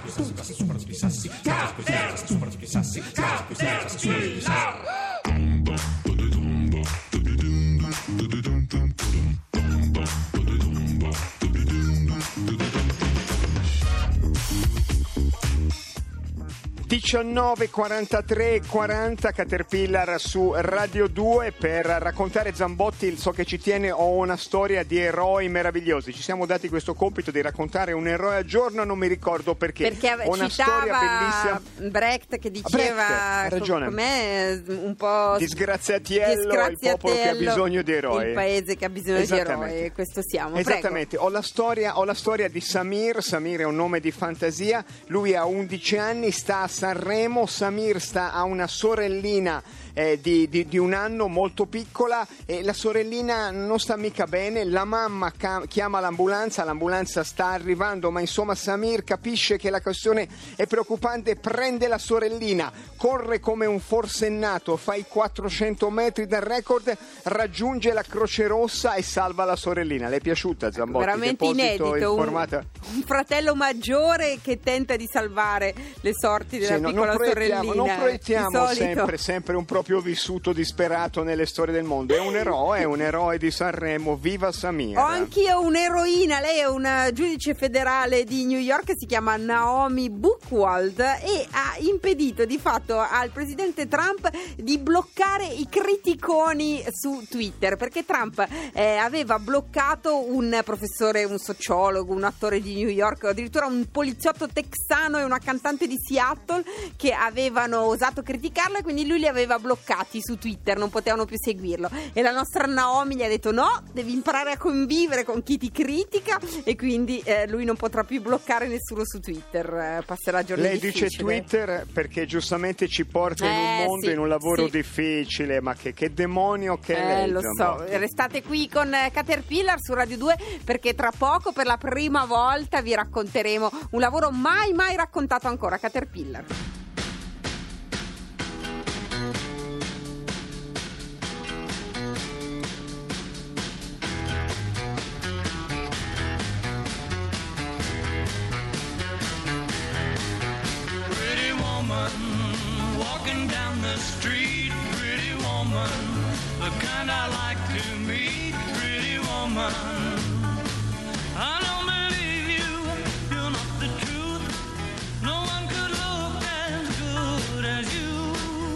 (19, 43, 40) Caterpillar su Radio 2 per raccontare Zambotti. So che ci tiene, ho una storia di eroi meravigliosi. Ci siamo dati questo compito di raccontare un eroe al giorno, non mi ricordo perché ho una storia bellissima. Brecht che diceva com'è, un po' disgraziatiello, il popolo che ha bisogno di eroi, il paese che ha bisogno di eroi, e questo siamo. Esattamente. Ho la storia di Samir è un nome di fantasia. Lui ha 11 anni, sta a Sanremo. Samir ha una sorellina di un anno, molto piccola, e la sorellina non sta mica bene. La mamma chiama l'ambulanza sta arrivando, ma insomma Samir capisce che la questione è preoccupante, prende la sorellina, corre come un forsennato, fa i 400 metri dal record, raggiunge la Croce Rossa e salva la sorellina. Le è piaciuta, Zambotti? Veramente inedito, un fratello maggiore che tenta di salvare le sorti della piccola sorellina. Non proiettiamo sempre un proprio vissuto disperato nelle storie del mondo. È un eroe di Sanremo. Viva Samir! Ho anch'io un'eroina. Lei è una giudice federale di New York, si chiama Naomi Buchwald, e ha impedito di fatto al presidente Trump di bloccare i criticoni su Twitter, perché Trump aveva bloccato un professore, un sociologo, un attore di New York, addirittura un poliziotto texano e una cantante di Seattle che avevano osato criticarlo, e quindi lui li aveva bloccati su Twitter, non potevano più seguirlo, e la nostra Naomi gli ha detto no, devi imparare a convivere con chi ti critica, e quindi lui non potrà più bloccare nessuno su Twitter, passerà giorni difficili. Lei dice Twitter perché giustamente ci porta in un mondo, in un lavoro difficile, ma che demonio che è lei. Lo so, restate qui con Caterpillar su Radio 2, perché tra poco per la prima volta vi racconteremo un lavoro mai raccontato ancora. Caterpillar. Walking down the street, pretty woman, the kind I like to meet, pretty woman. I don't believe you're not the truth. No one could look as good as you.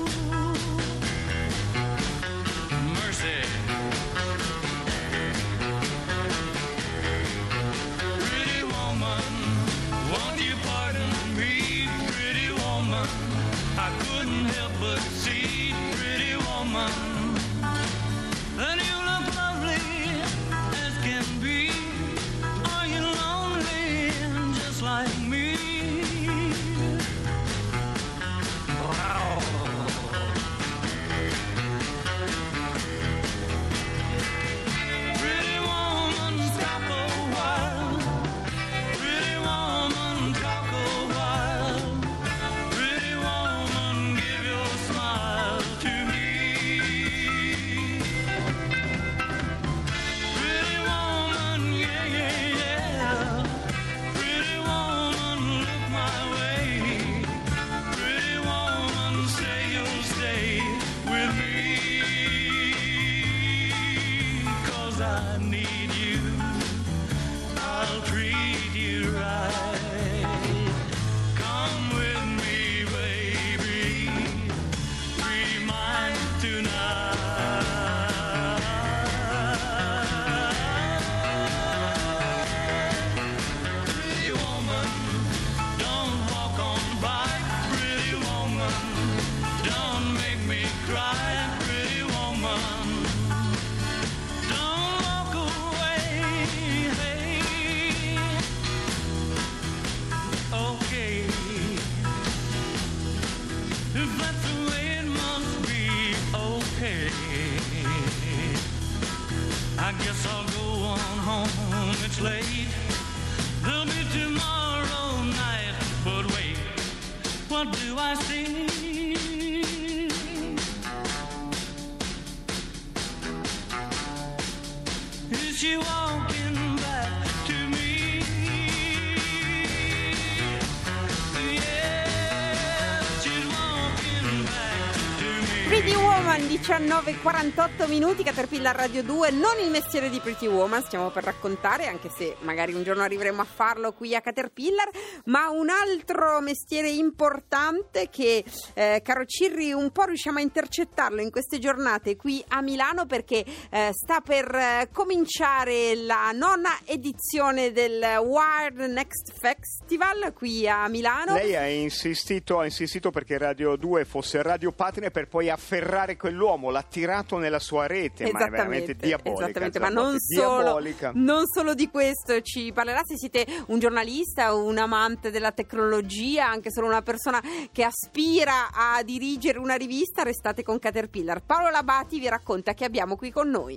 Mercy. Pretty woman, won't you pardon me, pretty woman? I couldn't help but see, pretty woman, that you look lovely as can be. Are you lonely just like me? Wow. Pretty woman, stop a while. Pretty woman, talk a while. Pretty woman, give your smile to me. Pretty woman, yeah, yeah, yeah. Pretty woman, look my way. Pretty woman, say you'll stay with me. 'Cause I need you, I'll treat you right. Come with me, baby, be mine tonight. Pretty woman, don't walk on by. Pretty woman, don't make me cry. Pretty woman, don't walk away. Hey. Okay. If that's the way it must be, okay. I guess I'll go on home, it's late. There'll be tomorrow night, but wait, what do I see? Is she walking back to me? 19:48 minuti, Caterpillar Radio 2, non il mestiere di Pretty Woman stiamo per raccontare, anche se magari un giorno arriveremo a farlo qui a Caterpillar, ma un altro mestiere importante che, caro Cirri, un po' riusciamo a intercettarlo in queste giornate qui a Milano, perché sta per cominciare la 9ª edizione del Wired Next Festival qui a Milano. Lei ha insistito perché Radio 2 fosse radio partner, per poi afferrare quell'uomo, l'ha tirato nella sua rete, ma è veramente diabolica. Esattamente, ma non solo di questo ci parlerà. Se siete un giornalista, un amante della tecnologia, anche solo una persona che aspira a dirigere una rivista, restate con Caterpillar. Paolo Labati vi racconta che abbiamo qui con noi.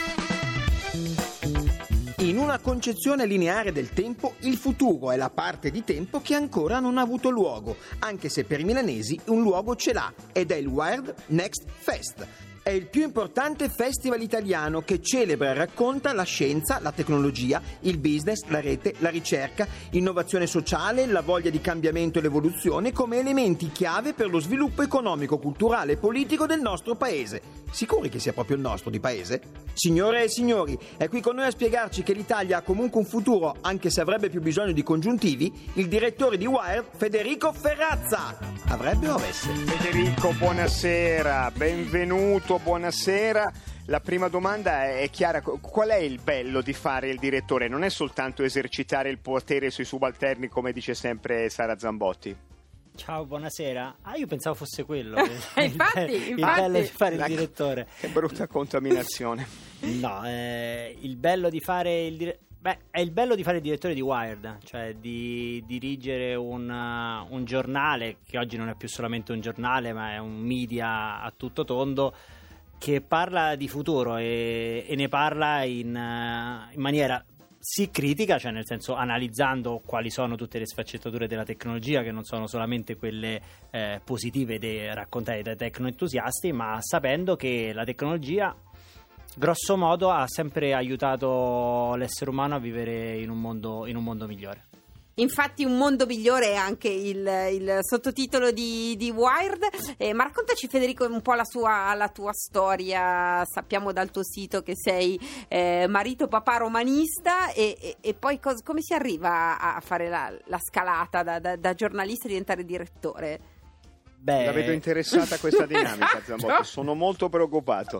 In una concezione lineare del tempo, il futuro è la parte di tempo che ancora non ha avuto luogo, anche se per i milanesi un luogo ce l'ha, ed è il Wired Next Fest. È il più importante festival italiano che celebra e racconta la scienza, la tecnologia, il business, la rete, la ricerca, innovazione sociale, la voglia di cambiamento e l'evoluzione come elementi chiave per lo sviluppo economico, culturale e politico del nostro paese. Sicuri che sia proprio il nostro di paese? Signore e signori, è qui con noi a spiegarci che l'Italia ha comunque un futuro, anche se avrebbe più bisogno di congiuntivi, il direttore di Wired, Federico Ferrazza. Avrebbe o avesse? Federico, buonasera, benvenuto. Buonasera. La prima domanda è chiara: qual è il bello di fare il direttore? Non è soltanto esercitare il potere sui subalterni, come dice sempre Sara Zambotti. Ciao, buonasera. Io pensavo fosse quello. Infatti. Il bello di fare il direttore. Che brutta contaminazione. No, il bello di fare il direttore. È il bello di fare il direttore di Wired, cioè di dirigere un giornale che oggi non è più solamente un giornale, ma è un media a tutto tondo, che parla di futuro e ne parla in maniera sì critica, cioè nel senso analizzando quali sono tutte le sfaccettature della tecnologia, che non sono solamente quelle positive raccontate dai tecnoentusiasti, ma sapendo che la tecnologia grosso modo ha sempre aiutato l'essere umano a vivere in un mondo migliore. Infatti un mondo migliore è anche il sottotitolo di Wired. Ma raccontaci, Federico, un po' la tua storia. Sappiamo dal tuo sito che sei marito papà romanista e poi come si arriva a fare la scalata da giornalista e diventare direttore? La vedo interessata a questa dinamica, Zambotti. Sono molto preoccupato.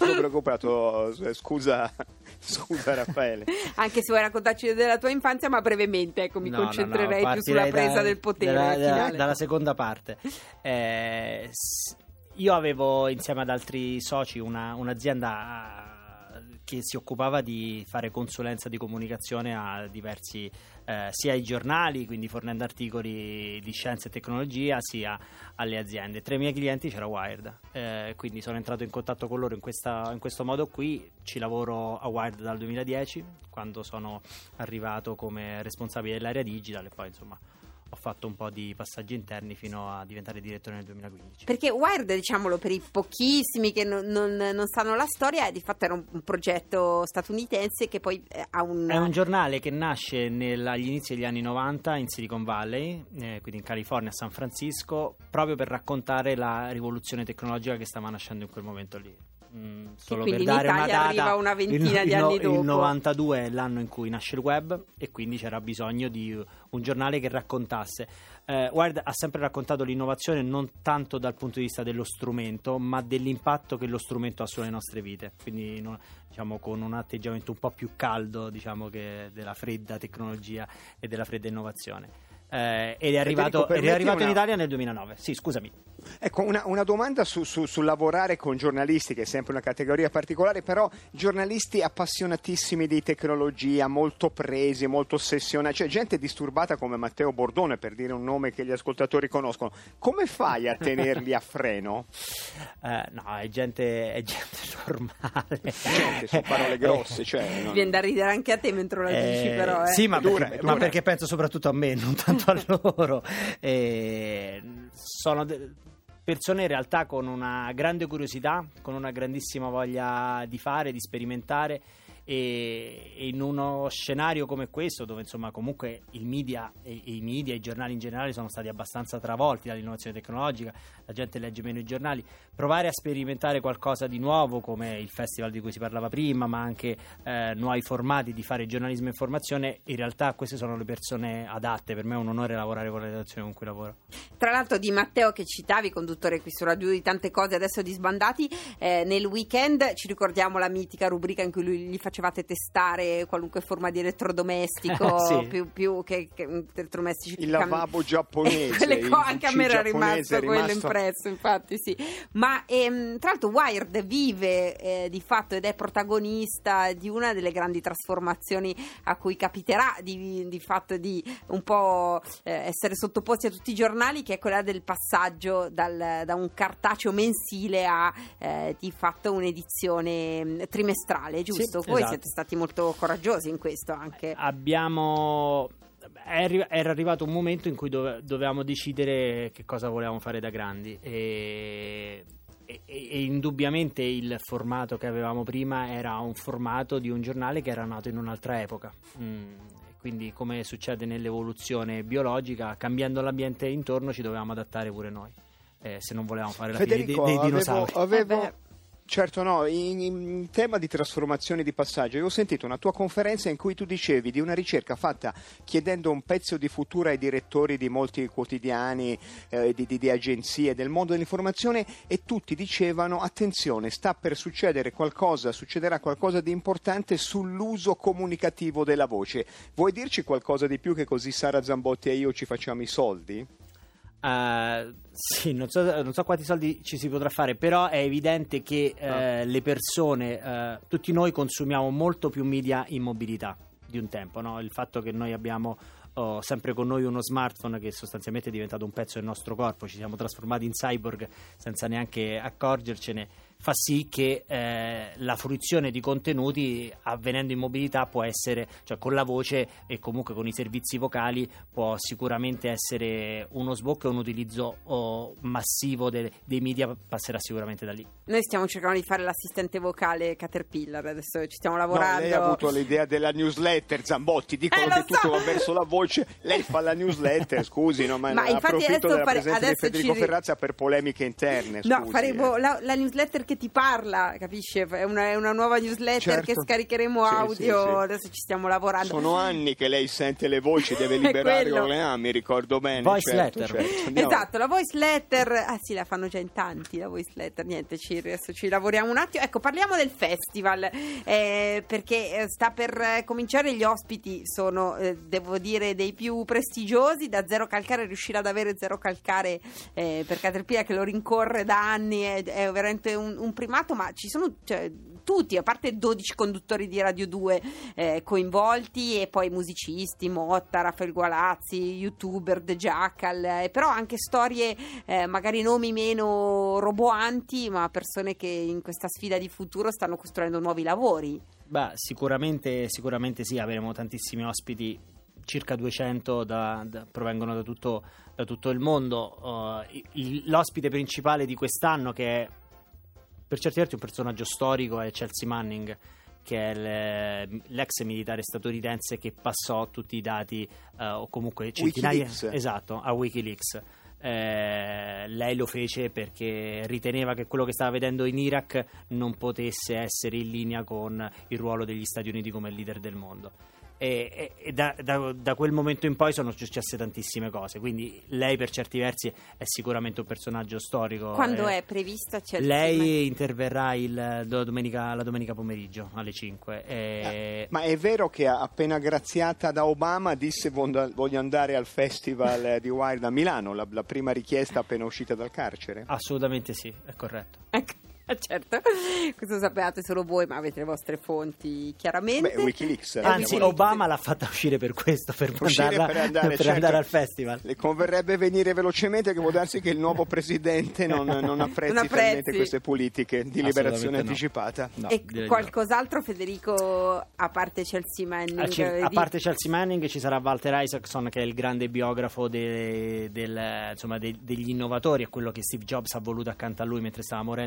Scusa Raffaele. Anche se vuoi raccontarci della tua infanzia, ma brevemente, ecco, mi concentrerei più sulla presa del potere dalla seconda parte. Io avevo insieme ad altri soci un'azienda che si occupava di fare consulenza di comunicazione a diversi sia ai giornali, quindi fornendo articoli di scienza e tecnologia, sia alle aziende. Tra i miei clienti c'era Wired, quindi sono entrato in contatto con loro in questo modo qui. Ci lavoro a Wired dal 2010, quando sono arrivato come responsabile dell'area digital, e poi insomma ho fatto un po' di passaggi interni fino a diventare direttore nel 2015. Perché Wired, diciamolo per i pochissimi che non sanno la storia, di fatto era un progetto statunitense che poi ha un... È un giornale che nasce agli inizi degli anni 90 in Silicon Valley, quindi in California, a San Francisco, proprio per raccontare la rivoluzione tecnologica che stava nascendo in quel momento lì. Solo quindi per dare in Italia una data, arriva una ventina di anni dopo. Il 92 è l'anno in cui nasce il web, e quindi c'era bisogno di un giornale che raccontasse. Wired ha sempre raccontato l'innovazione non tanto dal punto di vista dello strumento, ma dell'impatto che lo strumento ha sulle nostre vite, quindi diciamo con un atteggiamento un po' più caldo, diciamo, che della fredda tecnologia e della fredda innovazione. Ed è arrivato in Italia nel 2009. Sì, scusami. Ecco, una domanda su lavorare con giornalisti, che è sempre una categoria particolare, però giornalisti appassionatissimi di tecnologia, molto presi, molto ossessionati, cioè gente disturbata come Matteo Bordone, per dire un nome che gli ascoltatori conoscono. Come fai a tenerli a freno? No, è gente normale. Gente, sono parole grosse, cioè, viene da ridere anche a te mentre lo dici, però. Sì, ma dura. Perché penso soprattutto a me, non tanto a loro. Sono persone in realtà con una grande curiosità, con una grandissima voglia di fare, di sperimentare, E in uno scenario come questo, dove insomma comunque i media, i giornali in generale sono stati abbastanza travolti dall'innovazione tecnologica, la gente legge meno i giornali, provare a sperimentare qualcosa di nuovo come il festival di cui si parlava prima, ma anche nuovi formati di fare giornalismo e informazione, in realtà queste sono le persone adatte. Per me è un onore lavorare con la redazione con cui lavoro. Tra l'altro Di Matteo, che citavi, conduttore qui su Radio di Tante Cose, adesso di Sbandati, nel weekend ci ricordiamo la mitica rubrica in cui gli facevate testare qualunque forma di elettrodomestico, Sì. più che elettrodomestici. Il lavabo giapponese, Anche a me era giapponese rimasto quello impresso, infatti sì. Ma tra l'altro Wired vive di fatto ed è protagonista di una delle grandi trasformazioni a cui capiterà di fatto di un po' essere sottoposti a tutti i giornali, che è quella del passaggio da un cartaceo mensile a di fatto un'edizione trimestrale, giusto? Sì, Voi esatto. siete stati molto coraggiosi in questo anche. Era arrivato un momento in cui dovevamo decidere che cosa volevamo fare da grandi, e indubbiamente il formato che avevamo prima era un formato di un giornale che era nato in un'altra epoca. Quindi, come succede nell'evoluzione biologica, cambiando l'ambiente intorno ci dovevamo adattare pure noi, se non volevamo fare la fine dei dinosauri. Certo, no, in tema di trasformazione di passaggio, io ho sentito una tua conferenza in cui tu dicevi di una ricerca fatta chiedendo un pezzo di futuro ai direttori di molti quotidiani, di agenzie del mondo dell'informazione, e tutti dicevano: attenzione, succederà qualcosa di importante sull'uso comunicativo della voce. Vuoi dirci qualcosa di più, che così Sara Zambotti e io ci facciamo i soldi? Sì, non so quanti soldi ci si potrà fare, però è evidente che le persone, tutti noi consumiamo molto più media in mobilità di un tempo, no? Il fatto che noi abbiamo sempre con noi uno smartphone che sostanzialmente è diventato un pezzo del nostro corpo, ci siamo trasformati in cyborg senza neanche accorgercene, fa sì che la fruizione di contenuti avvenendo in mobilità può essere, cioè con la voce e comunque con i servizi vocali, può sicuramente essere uno sbocco, e un utilizzo massivo dei media passerà sicuramente da lì. Noi stiamo cercando di fare l'assistente vocale Caterpillar, adesso ci stiamo lavorando. No, lei ha avuto l'idea della newsletter, Zambotti, dicono che tutto va verso la voce, lei fa la newsletter, scusi, no, ma approfitto della presenza di Federico Ferrazza per polemiche interne, scusi. No, faremo la newsletter che ti parla, capisci? È una nuova newsletter, certo, che scaricheremo sì, audio, sì. Adesso ci stiamo lavorando. Sono anni che lei sente le voci, deve liberare Orleans, mi ricordo bene. Voice letter. Certo. Esatto, la voice letter, sì, la fanno già in tanti, la voice letter, niente, adesso ci lavoriamo un attimo. Ecco, parliamo del festival, perché sta per cominciare, gli ospiti sono, devo dire, dei più prestigiosi. Da Zero Calcare, riuscire ad avere Zero Calcare per Caterpillar, che lo rincorre da anni, è veramente un primato, ma ci sono tutti, a parte 12 conduttori di Radio 2 coinvolti, e poi musicisti, Motta, Raffaele Gualazzi, youtuber, The Jackal, però anche storie, magari nomi meno roboanti, ma persone che in questa sfida di futuro stanno costruendo nuovi lavori. Beh, sicuramente sì, avremo tantissimi ospiti, circa 200 provengono da tutto il mondo. L'ospite principale di quest'anno, che è per certi versi un personaggio storico, è Chelsea Manning, che è l'ex militare statunitense che passò tutti i dati, o comunque centinaia, esatto, a Wikileaks. Lei lo fece perché riteneva che quello che stava vedendo in Iraq non potesse essere in linea con il ruolo degli Stati Uniti come leader del mondo. E da quel momento in poi sono successe tantissime cose, quindi lei per certi versi è sicuramente un personaggio storico. Quando è prevista Chelsea? Lei interverrà la domenica pomeriggio alle 5. Ma è vero che appena graziata da Obama disse: voglio andare al festival di Wired a Milano, la prima richiesta appena uscita dal carcere? Assolutamente sì, è corretto. Ecco. Certo, questo sapete solo voi, ma avete le vostre fonti, chiaramente. Beh, Wikileaks. Anzi, Obama l'ha fatta uscire per questo, per andare al festival. Le converrebbe venire velocemente, che può darsi che il nuovo presidente non apprezzi talmente queste politiche di liberazione anticipata. No, e qualcos'altro, Federico, a parte Chelsea Manning? A parte Chelsea Manning ci sarà Walter Isaacson, che è il grande biografo degli innovatori, è quello che Steve Jobs ha voluto accanto a lui mentre stava morendo, proprio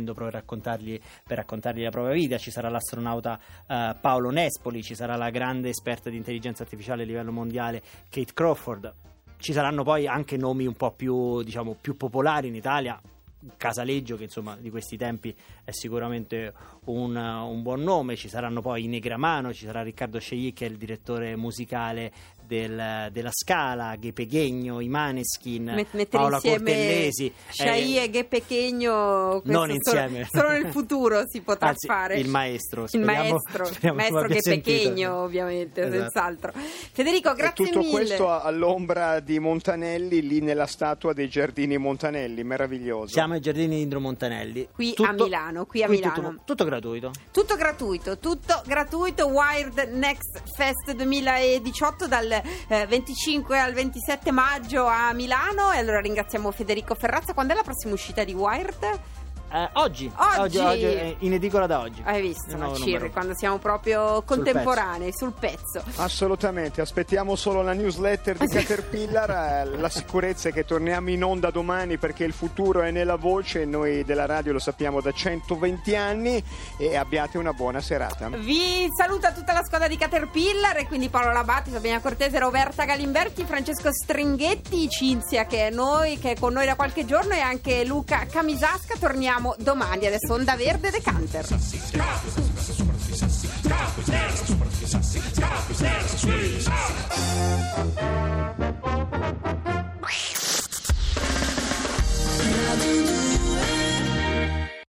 raccontargli la propria vita. Ci sarà l'astronauta Paolo Nespoli, ci sarà la grande esperta di intelligenza artificiale a livello mondiale Kate Crawford. Ci saranno poi anche nomi un po' più, diciamo, più popolari in Italia. Casaleggio, che insomma di questi tempi è sicuramente un buon nome. Ci saranno poi i Negramano, ci sarà Riccardo Scegli, che è il direttore musicale della Scala, Ghe Pequeno, i Maneskin, Paola Cortellesi. Shai e Ghe Pequeno non insieme, solo nel futuro si potrà fare. Il maestro Ghe Pequeno, ovviamente, esatto. Senz'altro. Federico, grazie mille. Tutto questo all'ombra di Montanelli, lì nella statua dei Giardini Montanelli, meraviglioso. Siamo ai Giardini Indro Montanelli, a Milano. Tutto gratuito. Tutto gratuito. Wired Next Fest 2018 dal 25 al 27 maggio a Milano. E allora ringraziamo Federico Ferrazza. Quando è la prossima uscita di Wired? Oggi in edicola da oggi. Hai visto, Cirri, quando siamo proprio contemporanei, sul pezzo. Assolutamente, aspettiamo solo la newsletter di Caterpillar. La sicurezza è che torniamo in onda domani, perché il futuro è nella voce, noi della radio lo sappiamo da 120 anni. E abbiate una buona serata. Vi saluta tutta la squadra di Caterpillar, e quindi Paolo Labatti, Sabrina Cortese, Roberta Galimberti, Francesco Stringhetti, Cinzia che è con noi da qualche giorno, e anche Luca Camisasca. Torniamo domani. Adesso Onda Verde, The Canter.